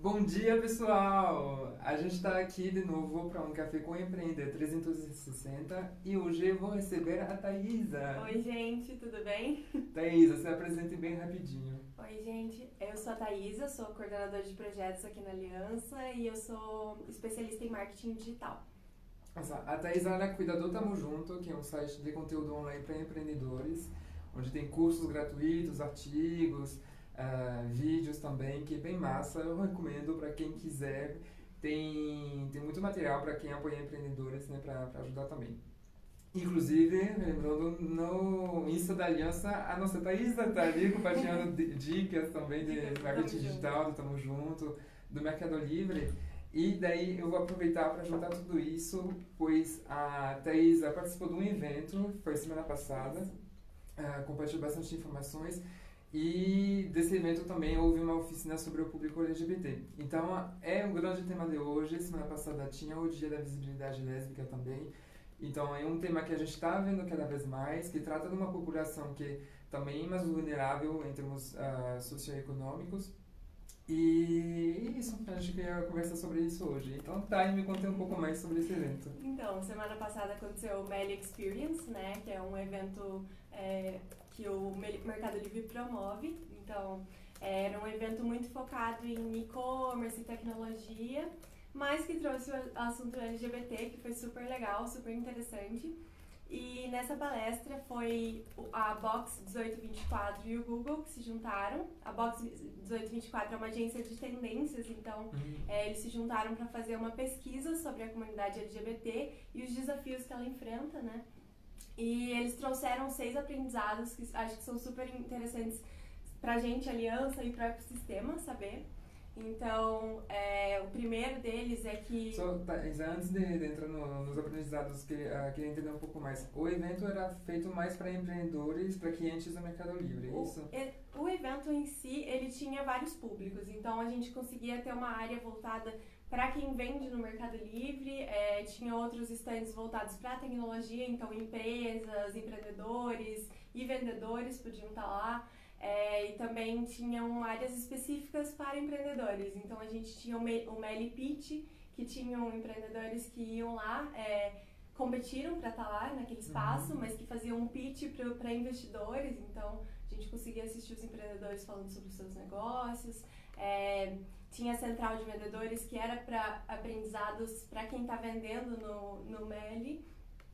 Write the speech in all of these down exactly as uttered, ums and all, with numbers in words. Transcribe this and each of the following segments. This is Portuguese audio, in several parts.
Bom dia, pessoal! A gente está aqui de novo para um Café com Empreender trezentos e sessenta e hoje eu vou receber a Thaisa. Oi, gente, tudo bem? Thaisa, se apresente bem rapidinho. Oi, gente, eu sou a Thaisa, sou coordenadora de projetos aqui na Aliança e eu sou especialista em marketing digital. Nossa, a Thaisa ela cuida do Tamo Junto, que é um site de conteúdo online para empreendedores, onde tem cursos gratuitos, artigos, uh, vídeos também, que é bem massa. Eu recomendo para quem quiser. Tem, tem muito material para quem apoia empreendedores, né, para ajudar também. Inclusive, lembrando, no Insta da Aliança, a nossa Thaisa está ali compartilhando dicas também de Dicas do marketing Tamo digital, do Tamo Junto, do Mercado Livre. E daí eu vou aproveitar para juntar tudo isso, pois a Thaisa participou de um evento, foi semana passada, uh, compartilhou bastante informações. E desse evento também houve uma oficina sobre o público L G B T. Então é um grande tema de hoje. Semana passada tinha o Dia da Visibilidade Lésbica também. Então é um tema que a gente está vendo cada vez mais, que trata de uma população que também é mais vulnerável em termos uh, socioeconômicos. E isso, a gente queria conversar sobre isso hoje. Então, Thay, me conta um pouco mais sobre esse evento. Então, semana passada aconteceu o Meli Experience, né, que é um evento é, que o Mercado Livre promove. Então, era um evento muito focado em e-commerce e tecnologia, mas que trouxe o assunto L G B T, que foi super legal, super interessante. E nessa palestra foi a Box dezoito vinte e quatro e o Google que se juntaram. A Box dezoito vinte e quatro é uma agência de tendências, então uhum. é, eles se juntaram para fazer uma pesquisa sobre a comunidade L G B T e os desafios que ela enfrenta, né? E eles trouxeram seis aprendizados que acho que são super interessantes para a gente, Aliança, e para o ecossistema saber. Então, é, o primeiro deles é que... Só, tá, antes de, de entrar no, nos aprendizados, que, uh, queria entender um pouco mais. O evento era feito mais para empreendedores, para clientes do Mercado Livre, é isso? O, o evento em si, ele tinha vários públicos. Então, a gente conseguia ter uma área voltada para quem vende no Mercado Livre. É, tinha outros stands voltados para a tecnologia, então empresas, empreendedores e vendedores podiam estar lá. É, e também tinham áreas específicas para empreendedores. Então, a gente tinha o, Me, o Meli Pitch, que tinham empreendedores que iam lá, é, competiram para estar lá naquele espaço, uhum. mas que faziam um pitch para investidores. Então, a gente conseguia assistir os empreendedores falando sobre os seus negócios. É, tinha a central de vendedores, que era para aprendizados para quem está vendendo no, no Meli.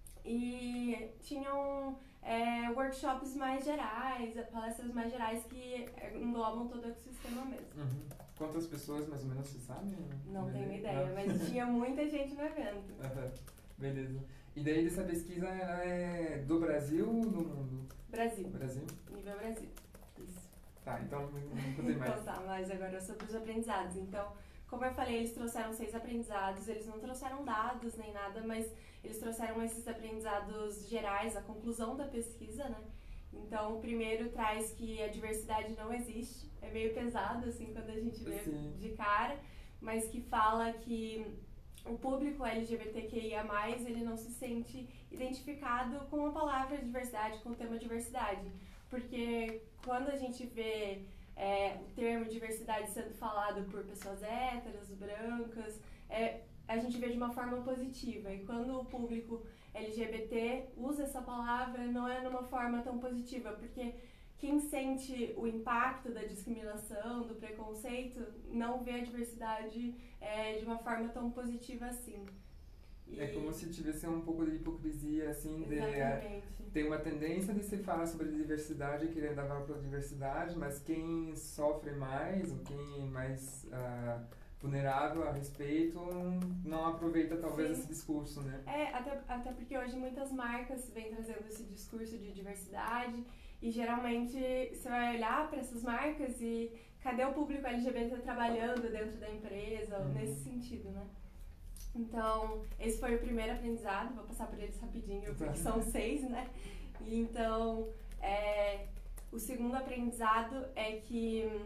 E tinham é, workshops mais gerais, palestras mais gerais que englobam todo o ecossistema mesmo. Uhum. Quantas pessoas mais ou menos você sabe? Não Beleza. tenho ideia, Não. mas tinha muita gente no evento. Uhum. Beleza. E daí dessa pesquisa ela é do Brasil ou do mundo? Brasil. Brasil? Nível Brasil. Isso. Tá, então não contei mais. Então tá, mas agora sobre os aprendizados. Então, como eu falei, eles trouxeram seis aprendizados, eles não trouxeram dados nem nada, mas eles trouxeram esses aprendizados gerais, a conclusão da pesquisa, né? Então, o primeiro traz que a diversidade não existe, é meio pesado, assim, quando a gente vê Sim. de cara, mas que fala que o público L G B T Q I A mais, ele não se sente identificado com a palavra diversidade, com o tema diversidade, porque quando a gente vê É, o termo diversidade sendo falado por pessoas héteras, brancas, é, a gente vê de uma forma positiva. E quando o público L G B T usa essa palavra, não é numa forma tão positiva, porque quem sente o impacto da discriminação, do preconceito, não vê a diversidade é, de uma forma tão positiva assim. E... É como se tivesse um pouco de hipocrisia, assim, de Exatamente. Tem uma tendência de se falar sobre diversidade, querer dar valor para a diversidade, mas quem sofre mais, ou quem é mais uh, vulnerável a respeito, não aproveita talvez Sim. esse discurso, né? É, até, até porque hoje muitas marcas vêm trazendo esse discurso de diversidade e geralmente você vai olhar para essas marcas e cadê o público L G B T trabalhando dentro da empresa, uhum. nesse sentido, né? Então, esse foi o primeiro aprendizado, vou passar por eles rapidinho, porque são seis, né? Então, é, o segundo aprendizado é que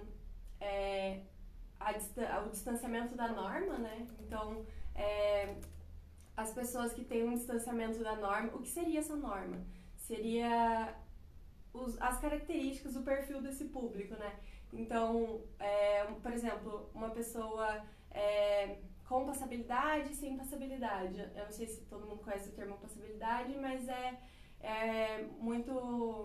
é, a, o distanciamento da norma, né? Então, é, as pessoas que têm um distanciamento da norma, o que seria essa norma? Seria os, as características, o perfil desse público, né? Então, é, por exemplo, uma pessoa é, com passabilidade e sem passabilidade. Eu não sei se todo mundo conhece o termo passabilidade, mas é, é muito...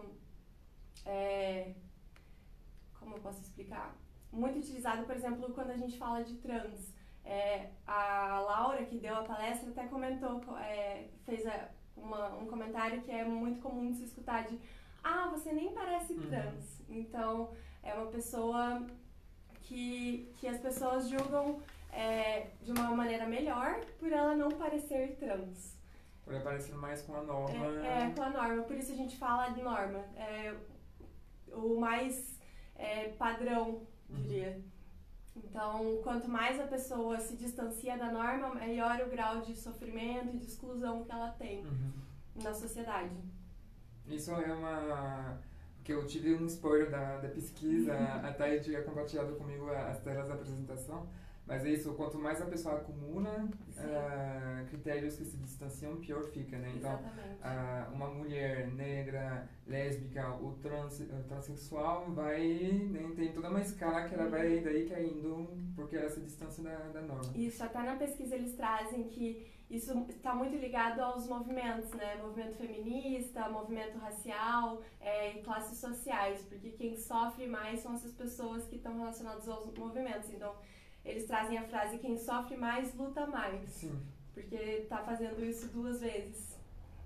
É, como eu posso explicar? Muito utilizado, por exemplo, quando a gente fala de trans. É, a Laura, que deu a palestra, até comentou, é, fez a, uma, um comentário que é muito comum de se escutar de ah, você nem parece trans. Uhum. Então, é uma pessoa que, que as pessoas julgam é, de uma maneira melhor por ela não parecer trans. Por ela parecer mais com a norma. É, é, com a norma. Por isso a gente fala de norma. É, o mais é, padrão, diria. Uhum. Então, quanto mais a pessoa se distancia da norma, maior o grau de sofrimento e de exclusão que ela tem uhum. na sociedade. Isso é uma... Porque eu tive um spoiler da, da pesquisa, a Thay tinha compartilhado comigo as telas da apresentação, mas é isso, quanto mais a pessoa acumula uh, critérios que se distanciam, pior fica, né? Então, uh, uma mulher negra, lésbica ou trans, uh, transexual vai, né, tem toda uma escala que ela vai daí caindo porque ela se distancia da, da norma. Isso, até na pesquisa eles trazem que isso está muito ligado aos movimentos, né? Movimento feminista, movimento racial é, e classes sociais, porque quem sofre mais são essas pessoas que estão relacionadas aos movimentos. Então, eles trazem a frase, quem sofre mais, luta mais. Sim. Porque está fazendo isso duas vezes.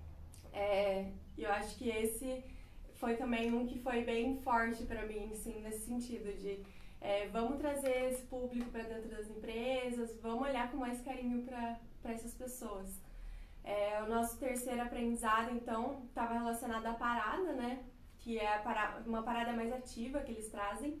É, eu acho que esse foi também um que foi bem forte para mim, assim, nesse sentido de é, vamos trazer esse público para dentro das empresas, vamos olhar com mais carinho para para essas pessoas. É, o nosso terceiro aprendizado, então, estava relacionado à parada, né? Que é a para... uma parada mais ativa que eles trazem.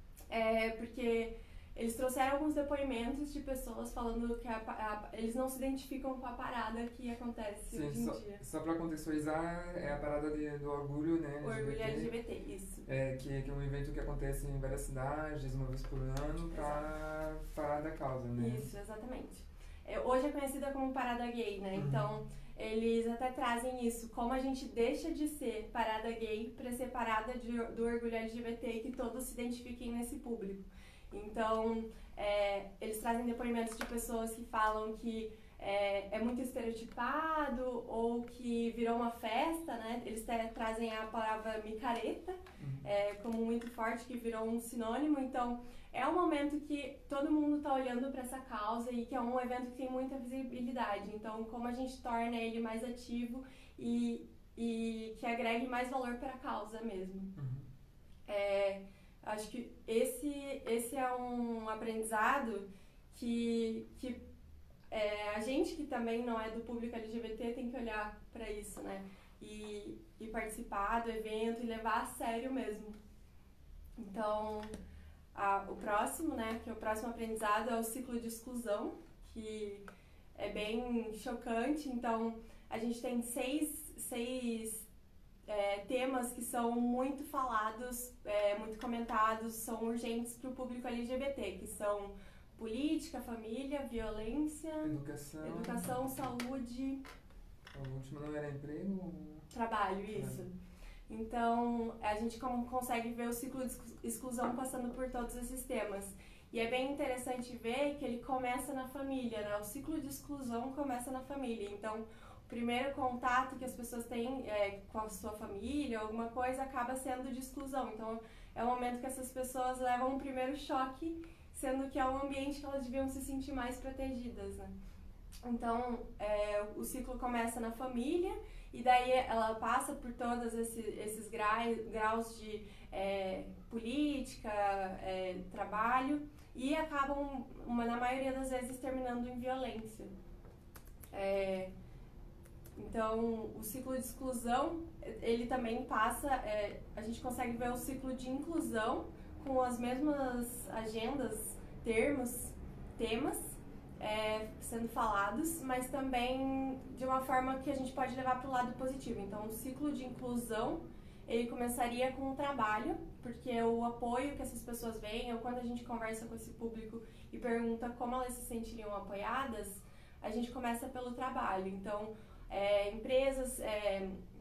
É, porque eles trouxeram alguns depoimentos de pessoas falando que a, a, eles não se identificam com a parada que acontece Sim, hoje em só, dia. Só para contextualizar, é a parada de, do orgulho, né? O orgulho L G B T, isso. É, que, que é um evento que acontece em várias cidades, uma vez por ano, para falar da causa, né? Isso, exatamente. Hoje é conhecida como parada gay, né? Uhum. Então, eles até trazem isso, como a gente deixa de ser parada gay para ser parada de, do orgulho L G B T e que todos se identifiquem nesse público. Então, é, eles trazem depoimentos de pessoas que falam que é, é muito estereotipado ou que virou uma festa, né? Eles te, trazem a palavra micareta uhum. é, como muito forte, que virou um sinônimo. Então, é um momento que todo mundo está olhando para essa causa e que é um evento que tem muita visibilidade. Então, como a gente torna ele mais ativo e, e que agregue mais valor para a causa mesmo. Uhum. É, acho que esse, esse é um aprendizado que, que é, a gente que também não é do público L G B T tem que olhar para isso, né? E, e participar do evento e levar a sério mesmo. Então... Ah, o próximo, né, que é o próximo aprendizado é o ciclo de exclusão, que é bem chocante. Então, a gente tem seis, seis é, temas que são muito falados, é, muito comentados, são urgentes para o público L G B T, que são política, família, violência, educação, educação saúde... O último não era emprego? Trabalho, isso. É. Então, a gente consegue ver o ciclo de exclusão passando por todos esses temas. E é bem interessante ver que ele começa na família, né? O ciclo de exclusão começa na família. Então, o primeiro contato que as pessoas têm é, com a sua família, alguma coisa, acaba sendo de exclusão. Então, é o momento que essas pessoas levam um primeiro choque, sendo que é um ambiente que elas deviam se sentir mais protegidas, né? Então, é, o ciclo começa na família, e daí ela passa por todos esse, esses graus, graus de é, política, é, trabalho, e acabam, uma, na maioria das vezes, terminando em violência. É, então, o ciclo de exclusão, ele também passa, é, a gente consegue ver o ciclo de inclusão com as mesmas agendas, termos, temas, É, sendo falados, mas também de uma forma que a gente pode levar para o lado positivo. Então, o ciclo de inclusão, ele começaria com o trabalho, porque o apoio que essas pessoas veem, ou quando a gente conversa com esse público e pergunta como elas se sentiriam apoiadas, a gente começa pelo trabalho. Então, é, empresas é,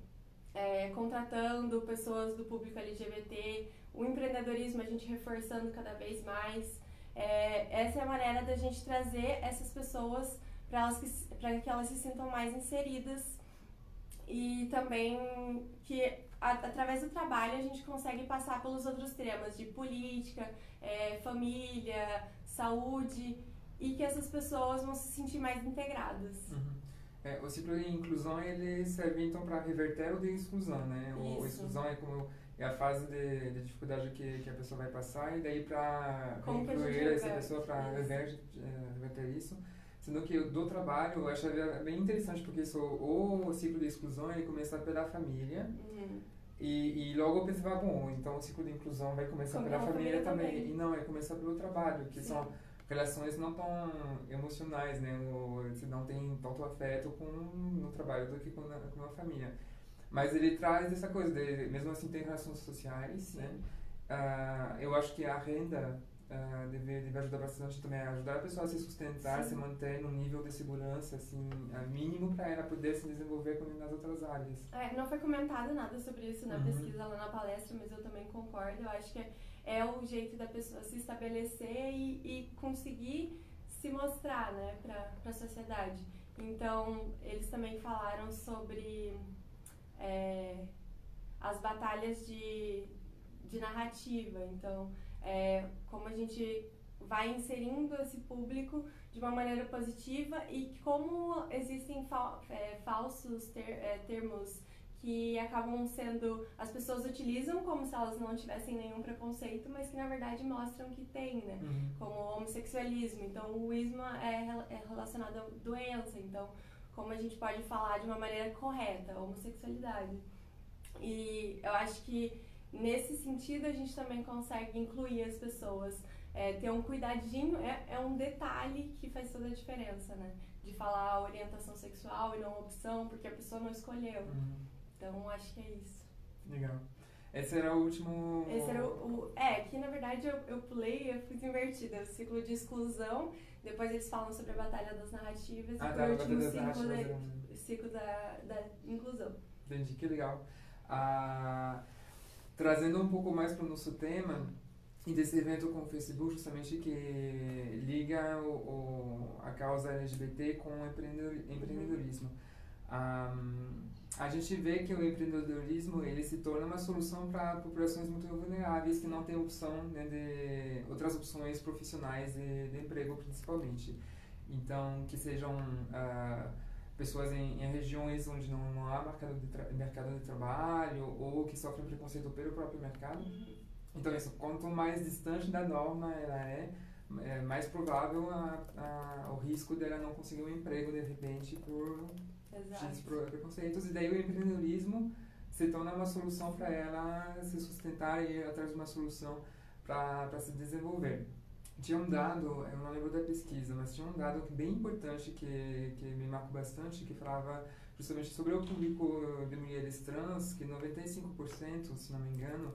é, contratando pessoas do público L G B T, o empreendedorismo a gente reforçando cada vez mais. É, essa é a maneira da gente trazer essas pessoas para elas que, para que elas se sintam mais inseridas e também que a, através do trabalho a gente consegue passar pelos outros temas de política, é, família, saúde e que essas pessoas vão se sentir mais integradas. Uhum. É, o ciclo de inclusão ele serve então para reverter o de exclusão, né? O, a exclusão é como é a fase de, de dificuldade que, que a pessoa vai passar e daí para incluir essa pessoa para reverter, reverter isso. Sendo que do trabalho eu acho bem interessante porque isso, o ciclo de exclusão ele começa pela família uhum. e, e logo eu pensava, bom, então o ciclo de inclusão vai começar Como pela família, família também. também. E não, é começar pelo trabalho, que Sim. são relações não tão emocionais, né? Você não tem tanto afeto com no trabalho do que com a, com a família. Mas ele traz essa coisa, de, mesmo assim tem relações sociais, Sim. né? Uh, eu acho que a renda uh, deve, deve ajudar bastante também a ajudar a pessoa a se sustentar, Sim. se manter num nível de segurança assim, uh, mínimo para ela poder se desenvolver nas outras áreas. É, não foi comentado nada sobre isso na uhum. pesquisa lá na palestra, mas eu também concordo. Eu acho que é, é o jeito da pessoa se estabelecer e, e conseguir se mostrar, né, para a sociedade. Então, eles também falaram sobre é, as batalhas de, de narrativa. Então, é, como a gente vai inserindo esse público de uma maneira positiva e como existem fal, é, falsos ter, é, termos que acabam sendo, as pessoas utilizam como se elas não tivessem nenhum preconceito, mas que na verdade mostram que tem, né? Uhum. Como o homossexualismo. Então o isma é, é relacionado à doença, então como a gente pode falar de uma maneira correta, a homossexualidade. E eu acho que nesse sentido a gente também consegue incluir as pessoas, é, ter um cuidadinho, é, é um detalhe que faz toda a diferença, né? De falar orientação sexual e não opção, porque a pessoa não escolheu. Uhum. Então, acho que é isso. Legal. Esse era o último... Esse era o... o é, que na verdade eu, eu pulei, eu fui invertida. O ciclo de exclusão, depois eles falam sobre a batalha das narrativas ah, e tá, por último o ciclo, da, da, ciclo da, da inclusão. Entendi, que legal. Ah, trazendo um pouco mais para o nosso tema, e desse evento com o Facebook, justamente que liga o, o, a causa L G B T com o empreendedorismo. Um, a gente vê que o empreendedorismo ele se torna uma solução para populações muito vulneráveis que não têm opção, né, de outras opções profissionais de, de emprego principalmente. Então, que sejam uh, pessoas em, em regiões onde não, não há mercado de, mercado de trabalho ou que sofrem preconceito pelo próprio mercado. Então, isso, quanto mais distante da norma ela é, é mais provável a, a, o risco dela não conseguir um emprego de repente por X preconceitos. E daí o empreendedorismo se torna uma solução para ela se sustentar e ir atrás de uma solução para se desenvolver. Tinha um dado, eu não lembro da pesquisa, mas tinha um dado bem importante que, que me marcou bastante, que falava justamente sobre o público de mulheres trans, que noventa e cinco por cento, se não me engano,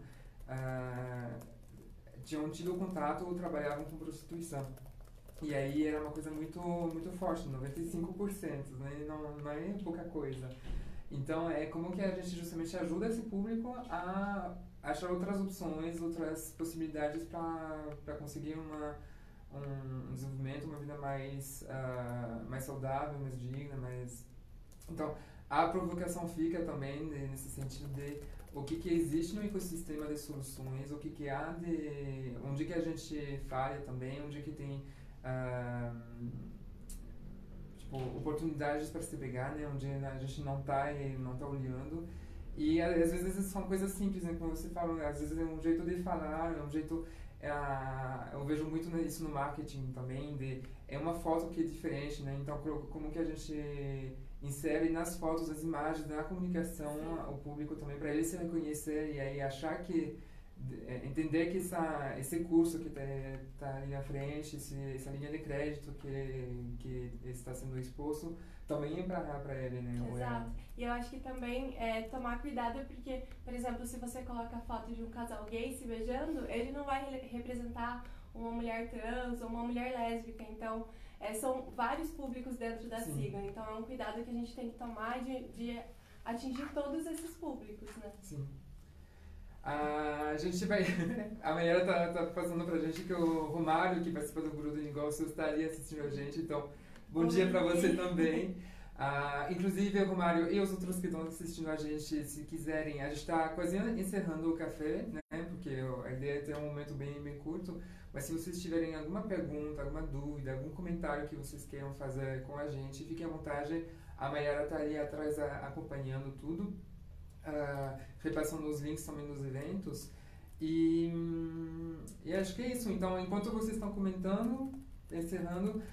Uh, tinham tido contato ou trabalhavam com prostituição. E aí era uma coisa muito, muito forte, noventa e cinco por cento, né? não, não é pouca coisa. Então, é como que a gente justamente ajuda esse público a achar outras opções, outras possibilidades para conseguir uma, um desenvolvimento, uma vida mais, uh, mais saudável, mais digna, mais... Então, a provocação fica também de, nesse sentido de o que, que existe no ecossistema de soluções, o que, que há de... onde que a gente falha também, onde que tem uh, tipo, oportunidades para se pegar, né? Onde a gente não está não tá olhando. E às vezes são coisas simples, né? Como você fala, às vezes é um jeito de falar, é um jeito... Uh, eu vejo muito isso no marketing também, de, é uma foto que é diferente, né? Então, como que a gente insere nas fotos as imagens da comunicação ao público também, para ele se reconhecer e aí achar que, entender que essa, esse curso que está tá ali na frente, esse, essa linha de crédito que, que está sendo exposto, também é para ele, né? Exato. E eu acho que também é tomar cuidado porque, por exemplo, se você coloca a foto de um casal gay se beijando, ele não vai re- representar uma mulher trans ou uma mulher lésbica, então... É, são vários públicos dentro da Sim. sigla, então é um cuidado que a gente tem que tomar de, de atingir todos esses públicos, né? Sim. A gente vai... A Mayara tá, tá passando pra gente que o Romário, que participa do Grupo de Negócios, está ali assistindo a gente, então bom, bom dia para você também. Ah, inclusive, Romário e os outros que estão assistindo a gente, se quiserem, a gente está quase encerrando o café, né? Porque a ideia é ter um momento bem, bem curto, mas se vocês tiverem alguma pergunta, alguma dúvida, algum comentário que vocês queiram fazer com a gente, fiquem à vontade, a Mayara está ali atrás a, acompanhando tudo. Uh, repassando os links também dos eventos e, e acho que é isso. Então, enquanto vocês estão comentando, encerrando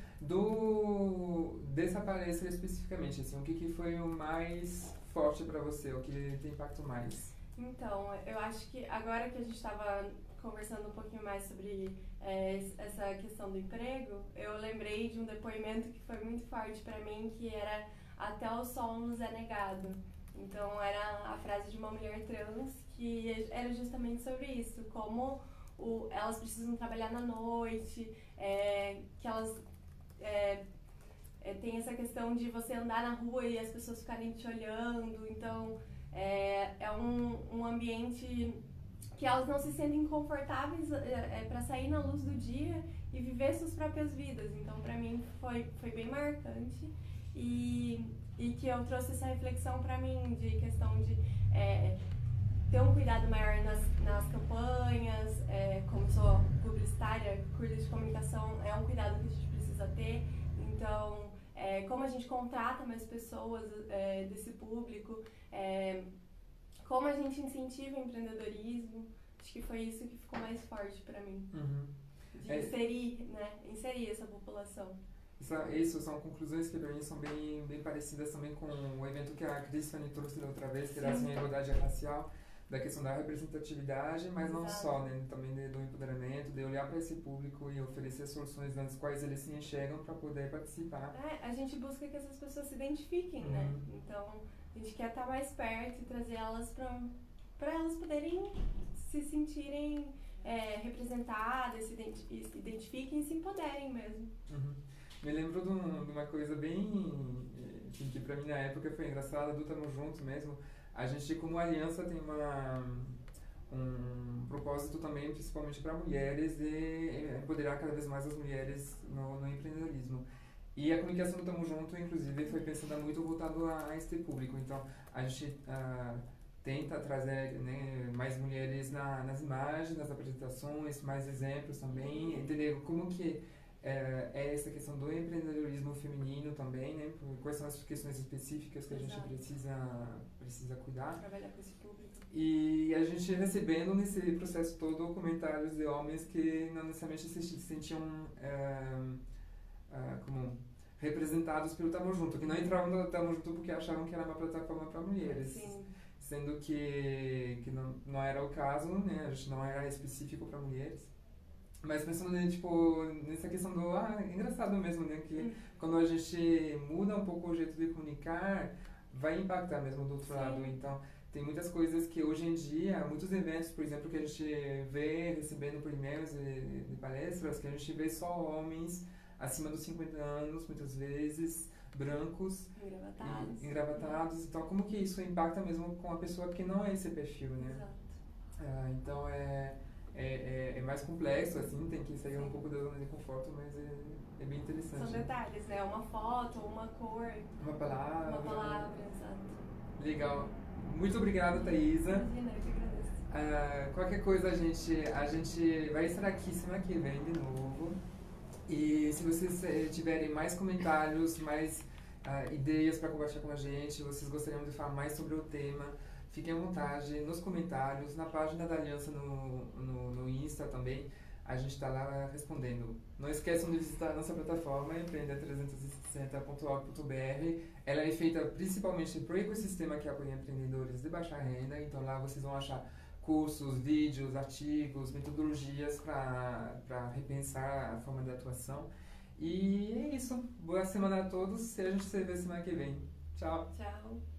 do, dessa palestra especificamente, assim, o que, que foi o mais forte para você, o que tem impacto mais? Então, eu acho que agora que a gente estava conversando um pouquinho mais sobre é, essa questão do emprego, eu lembrei de um depoimento que foi muito forte para mim, que era "até o sol nos é negado". Então, era a frase de uma mulher trans que era justamente sobre isso, como o, elas precisam trabalhar na noite, é, que elas é, é, tem essa questão de você andar na rua e as pessoas ficarem te olhando. Então, é, é um, um ambiente que elas não se sentem confortáveis é, é, para sair na luz do dia e viver suas próprias vidas. Então, para mim, foi, foi bem marcante. E... E que eu trouxe essa reflexão para mim de questão de é, ter um cuidado maior nas, nas campanhas, é, como sou publicitária, curso de comunicação, é um cuidado que a gente precisa ter. Então, é, como a gente contrata mais pessoas é, desse público, é, como a gente incentiva o empreendedorismo, acho que foi isso que ficou mais forte para mim. Uhum. De é. inserir, né, inserir essa população. Isso, isso são conclusões que para mim são bem, bem parecidas também com o evento que a Cristiane trouxe da outra vez, que era assim, a igualdade racial, da questão da representatividade, mas não Exato. Só, né, também de, do empoderamento, de olhar para esse público e oferecer soluções nas quais eles se enxergam para poder participar. É, a gente busca que essas pessoas se identifiquem, uhum. né? Então, a gente quer estar mais perto e trazer elas para para elas poderem se sentirem é, representadas, se, identi se identifiquem e se empoderem mesmo. Uhum. Me lembro de, um, de uma coisa bem, que, que pra mim na época foi engraçada, do Tamo Junto mesmo. A gente, como aliança, tem uma, um propósito também, principalmente para mulheres, de empoderar cada vez mais as mulheres no, no empreendedorismo. E a comunicação do Tamo Junto, inclusive, foi pensando muito voltado a, a este público. Então, a gente uh, tenta trazer, né, mais mulheres na, nas imagens, nas apresentações, mais exemplos também, entender como que É, é essa questão do empreendedorismo feminino também, né? Quais são as questões específicas que a gente precisa, precisa cuidar. Trabalhar com esse público. E a gente recebendo nesse processo todo comentários de homens que não necessariamente se sentiam é, é, como representados pelo Tamo Junto, que não entravam no Tamo Junto porque achavam que era uma plataforma para mulheres. Sim. Sendo que, que não, não era o caso, né? A gente não era específico para mulheres. Mas pensando, né, tipo, nessa questão do... Ah, é engraçado mesmo, né? Que hum. quando a gente muda um pouco o jeito de comunicar, vai impactar mesmo do outro Sim. lado. Então, tem muitas coisas que hoje em dia, muitos eventos, por exemplo, que a gente vê recebendo por e-mails de, de palestras, que a gente vê só homens acima dos cinquenta anos, muitas vezes, brancos, engravatados. E, engravatados. Então, como que isso impacta mesmo com a pessoa que não é esse perfil, né? Exato. Ah, então, é... É, é, é mais complexo, assim, tem que sair um pouco da zona de conforto, mas é, é bem interessante. São detalhes, né? Uma foto, uma cor. Uma palavra. Uma palavra, exato. Legal. Muito obrigado, Thaisa. Imagina, eu que agradeço. Uh, qualquer coisa, a gente, a gente vai estar aqui semana que vem de novo. E se vocês tiverem mais comentários, mais uh, ideias para compartilhar com a gente, vocês gostariam de falar mais sobre o tema, fiquem à vontade nos comentários, na página da Aliança no, no, no Insta também, a gente está lá respondendo. Não esqueçam de visitar a nossa plataforma, empreender trezentos e sessenta ponto org ponto b r. Ela é feita principalmente para o ecossistema que apoia empreendedores de baixa renda, então lá vocês vão achar cursos, vídeos, artigos, metodologias para repensar a forma de atuação. E é isso. Boa semana a todos e a gente se vê semana que vem. Tchau. Tchau.